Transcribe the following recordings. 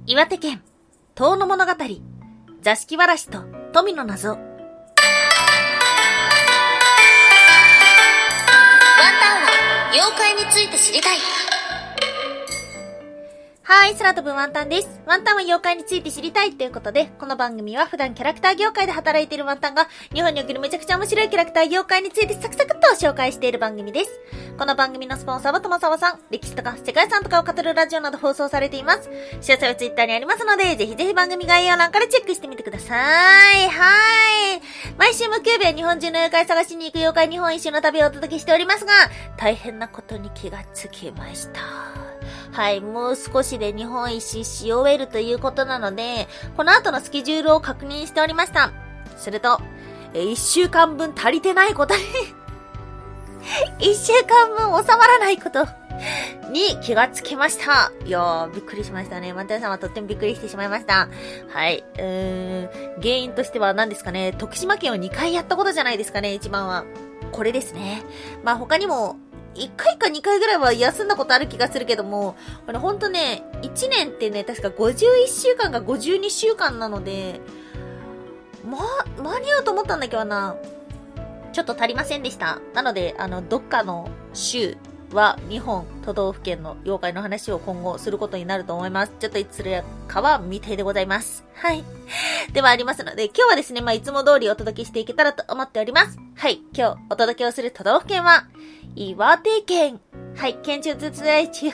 岩手県、遠野物語、座敷わらしと富の謎。ワンタンは妖怪について知りたい。はい、空飛ぶワンタンです。ワンタンは妖怪について知りたいということで、この番組は普段キャラクター業界で働いているワンタンが、日本におけるめちゃくちゃ面白いキャラクター業界についてサクサクっと紹介している番組です。この番組のスポンサーはともさわさん、歴史とか世界遺産とかを語るラジオなど放送されています。詳細はツイッターにありますので、ぜひぜひ番組概要欄からチェックしてみてください。はい。毎週木曜日は日本中の妖怪探しに行く妖怪日本一周の旅をお届けしておりますが、大変なことに気がつきました。はい、もう少しで日本一周し終えるということなので、この後のスケジュールを確認しておりました。すると、1週間分足りてないことに1週間分収まらないことに気がつきました。いやー、びっくりしましたね。マンタンさんはとってもびっくりしてしまいました。はい。原因としては何ですかね、徳島県を2回やったことじゃないですかね、一番は。これですね。まあ他にも、1回か2回ぐらいは休んだことある気がするけども、これほんとね、1年ってね、確か51週間か52週間なので、間に合うと思ったんだけどな。ちょっと足りませんでした。なので、どっかの州は2本都道府県の妖怪の話を今後することになると思います。ちょっといつするかは未定でございます。はい。ではありますので、今日はですね、いつも通りお届けしていけたらと思っております。はい。今日お届けをする都道府県は、岩手県。はい。県庁所在地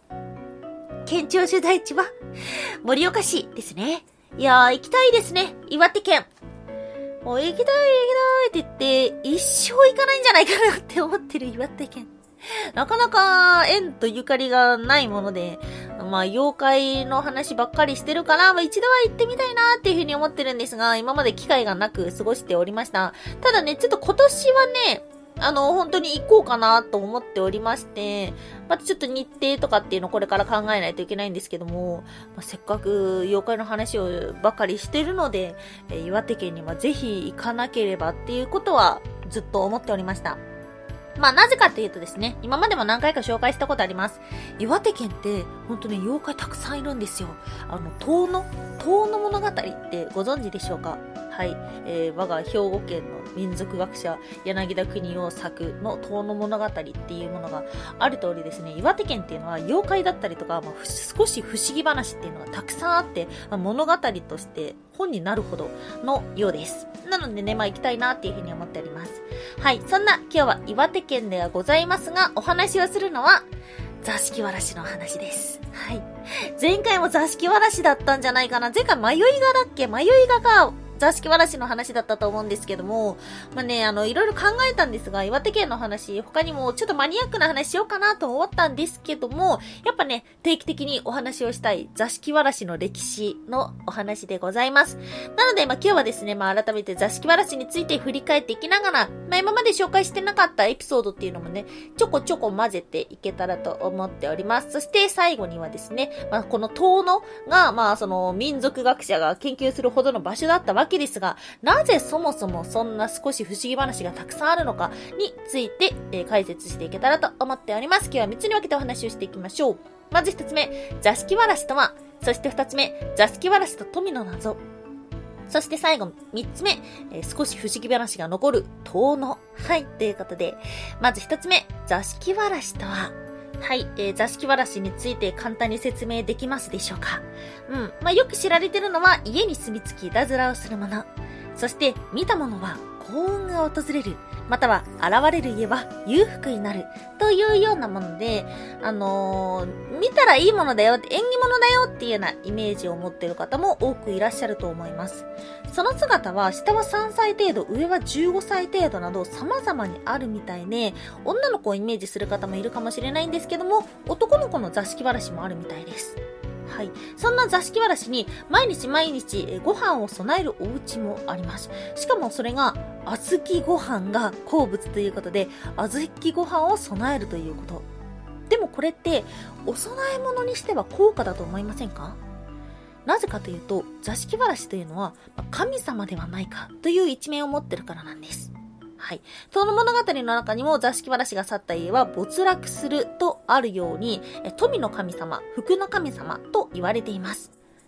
は、盛岡市ですね。いやー、行きたいですね。岩手県。もう行きたいって言って、一生行かないんじゃないかなって思ってる岩手県。なかなか縁とゆかりがないもので、妖怪の話ばっかりしてるから、一度は行ってみたいなっていうふうに思ってるんですが、今まで機会がなく過ごしておりました。ただね、ちょっと今年はね、本当に行こうかなと思っておりまして、またちょっと日程とかっていうのをこれから考えないといけないんですけども、せっかく妖怪の話をばっかりしてるので、岩手県にはぜひ行かなければっていうことはずっと思っておりました。なぜかっていうとですね、今までも何回か紹介したことあります。岩手県って、ほんとね、妖怪たくさんいるんですよ。遠野物語ってご存知でしょうか？はい。我が兵庫県の民族学者、柳田国夫作の遠野物語っていうものがある通りですね、岩手県っていうのは妖怪だったりとか、少し不思議話っていうのがたくさんあって、物語として本になるほどのようです。なのでね、行きたいなっていうふうに思っております。はい。そんな今日は岩手県ではございますが、お話をするのは、座敷わらしの話です。はい。前回も座敷わらしだったんじゃないかな。前回迷いがか、座敷わらしの話だったと思うんですけども、いろいろ考えたんですが、岩手県の話、他にもちょっとマニアックな話しようかなと思ったんですけども、やっぱね、定期的にお話をしたい座敷わらしの歴史のお話でございます。なので、今日はですね、改めて座敷わらしについて振り返っていきながら、今まで紹介してなかったエピソードっていうのもね、ちょこちょこ混ぜていけたらと思っております。そして最後にはですね、この遠野が、その民族学者が研究するほどの場所だったわけですが、なぜそもそもそんな少し不思議話がたくさんあるのかについて、解説していけたらと思っております。今日は3つに分けてお話をしていきましょう。まず1つ目、座敷わらしとは、そして2つ目、座敷わらしと富の謎。そして最後、3つ目、少し不思議話が残る遠野。はい、ということで、まず1つ目、座敷わらしとは、はい、座敷わらしについて簡単に説明できますでしょうか？よく知られているのは家に住み着きいたずらをするもの。そして見たものは幸運が訪れる。または現れる家は裕福になる。というようなもので、見たらいいものだよ、縁起物だよっていうようなイメージを持っている方も多くいらっしゃると思います。その姿は下は3歳程度、上は15歳程度など様々にあるみたいで、女の子をイメージする方もいるかもしれないんですけども、男の子の座敷わらしもあるみたいです。はい。そんな座敷わらしに毎日ご飯を備えるお家もあります。しかもそれが小豆ご飯が好物ということで、小豆ご飯を備えるということ。でもこれってお供え物にしては高価だと思いませんか？なぜかというと、座敷わらしというのは神様ではないかという一面を持ってるからなんです。はい。その物語の中にも座敷わらしが去った家は没落するとあるように、富の神様、福の神様と言われています。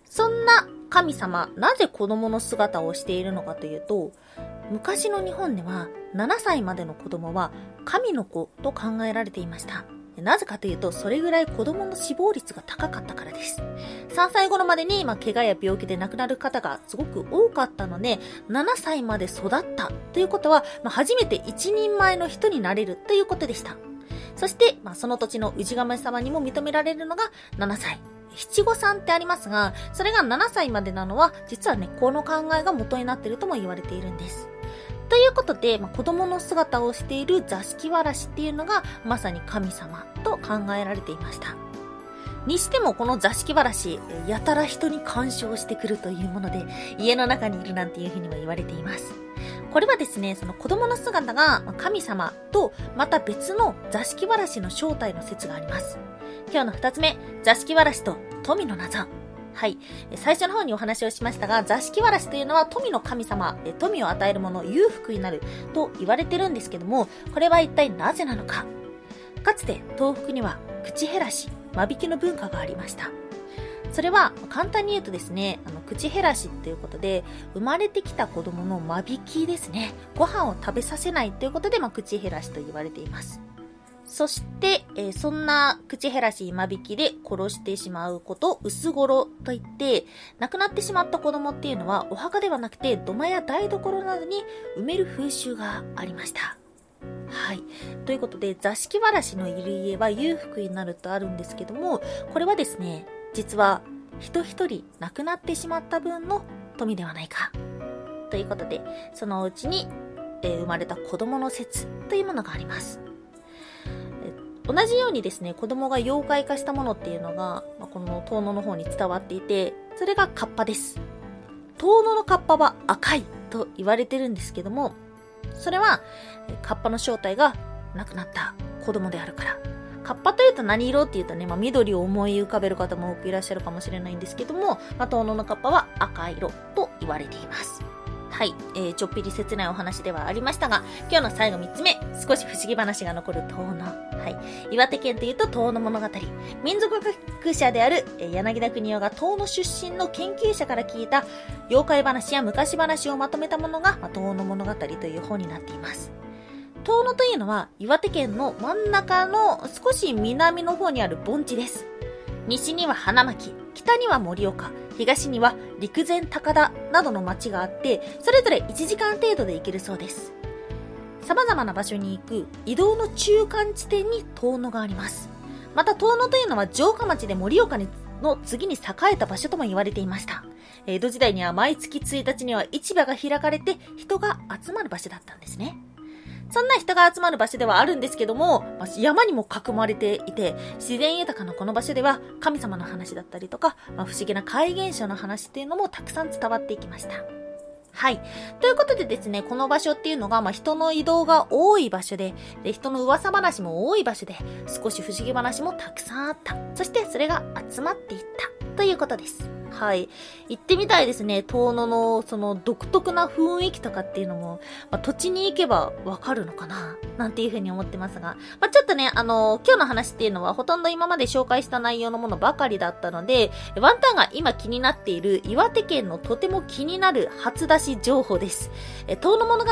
そんな神様、なぜ子供の姿をしているのかというと、昔の日本では7歳までの子供は神の子と考えられていました。なぜかというと、それぐらい子供の死亡率が高かったからです。3歳頃までに、怪我や病気で亡くなる方がすごく多かったので、7歳まで育ったということは、初めて一人前の人になれるということでした。そして、その土地の氏神様にも認められるのが7歳。七五三ってありますが、それが7歳までなのは、実はね、この考えが元になっているとも言われているんです。ということで、子供の姿をしている座敷わらしっていうのが、まさに神様と考えられていました。にしてもこの座敷わらし、やたら人に干渉してくるというもので、家の中にいるなんていうふうにも言われています。これはですね、その子供の姿が神様と、また別の座敷わらしの正体の説があります。今日の2つ目、座敷わらしと富の謎。はい。最初の方にお話をしましたが、座敷わらしというのは富の神様、富を与えるもの、裕福になると言われてるんですけども、これは一体なぜなのか。かつて東北には口減らし、間引きの文化がありました。それは簡単に言うとですね、口減らしっていうことで、生まれてきた子供の間引きですね。ご飯を食べさせないということで、口減らしと言われています。そして、そんな口減らし間引きで殺してしまうことを薄殺と言って、亡くなってしまった子供っていうのはお墓ではなくて土間や台所などに埋める風習がありました。はい。ということで、座敷わらしのいる家は裕福になるとあるんですけども、これはですね、実は人一人亡くなってしまった分の富ではないか。ということで、そのうちに、生まれた子供の説というものがあります。同じようにですね、子供が妖怪化したものっていうのが、この遠野の方に伝わっていて、それがカッパです。遠野のカッパは赤いと言われてるんですけども、それはカッパの正体が亡くなった子供であるから。カッパというと何色っていうとね、緑を思い浮かべる方も多くいらっしゃるかもしれないんですけども、遠野のカッパは赤色と言われています。はい、ちょっぴり切ないお話ではありましたが、今日の最後3つ目、少し不思議話が残る遠野。はい、岩手県というと遠野物語。民族学者である柳田国男が遠野出身の研究者から聞いた妖怪話や昔話をまとめたものが、遠野物語という本になっています。遠野というのは岩手県の真ん中の少し南の方にある盆地です。西には花巻、北には盛岡、東には陸前高田などの町があって、それぞれ1時間程度で行けるそうです。様々な場所に行く移動の中間地点に遠野があります。また遠野というのは城下町で盛岡の次に栄えた場所とも言われていました。江戸時代には毎月1日には市場が開かれて人が集まる場所だったんですね。そんな人が集まる場所ではあるんですけども、山にも囲まれていて、自然豊かなこの場所では神様の話だったりとか、不思議な怪現象の話っていうのもたくさん伝わっていきました。はい。ということでですね、この場所っていうのが、人の移動が多い場所で、人の噂話も多い場所で、少し不思議話もたくさんあった。そしてそれが集まっていったということです。はい。行ってみたいですね。遠野のその独特な雰囲気とかっていうのも、土地に行けばわかるのかななんていうふうに思ってますが、ちょっとね、今日の話っていうのはほとんど今まで紹介した内容のものばかりだったので、ワンタンが今気になっている岩手県のとても気になる初出し情報です。遠野物語の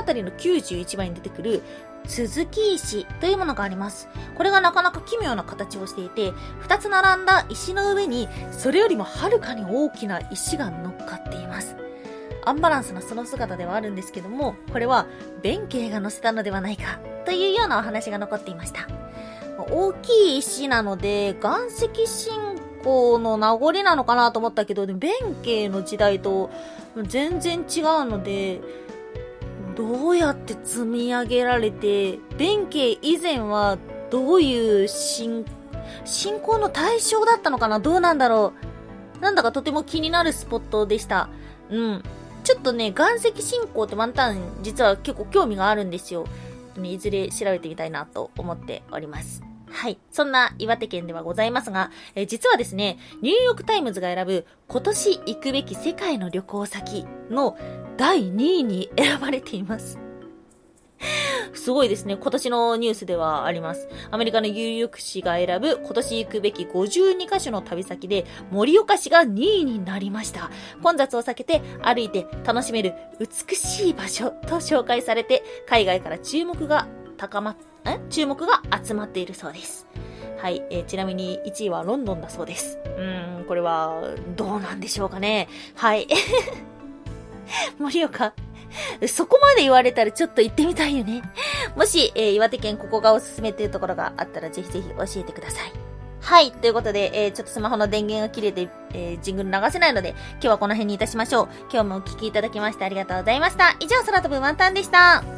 91番に出てくる鈴木石というものがあります。これがなかなか奇妙な形をしていて、2つ並んだ石の上にそれよりもはるかに大きな石が乗っかっています。アンバランスなその姿ではあるんですけども、これは弁慶が乗せたのではないかというようなお話が残っていました。大きい石なので岩石信仰の名残なのかなと思ったけど、弁慶の時代と全然違うので、どうやって積み上げられて、弁慶以前はどういう信仰の対象だったのかな、どうなんだろう。なんだかとても気になるスポットでした。ちょっとね、岩石信仰ってワンタン実は結構興味があるんですよ。いずれ調べてみたいなと思っております。はい。そんな岩手県ではございますが、実はですね、ニューヨークタイムズが選ぶ今年行くべき世界の旅行先の第2位に選ばれています。 すごいですね。今年のニュースではあります。アメリカの有力誌が選ぶ今年行くべき52カ所の旅先で、盛岡市が2位になりました。混雑を避けて歩いて楽しめる美しい場所と紹介されて、海外から注目が集まっているそうです。はい、ちなみに1位はロンドンだそうです。これはどうなんでしょうかね。はい。盛岡、そこまで言われたらちょっと行ってみたいよね。もし、岩手県ここがおすすめっていうところがあったらぜひぜひ教えてください。はい。ということで、ちょっとスマホの電源が切れて、ジングル流せないので、今日はこの辺にいたしましょう。今日もお聞きいただきましてありがとうございました。以上、空飛ぶワンタンでした。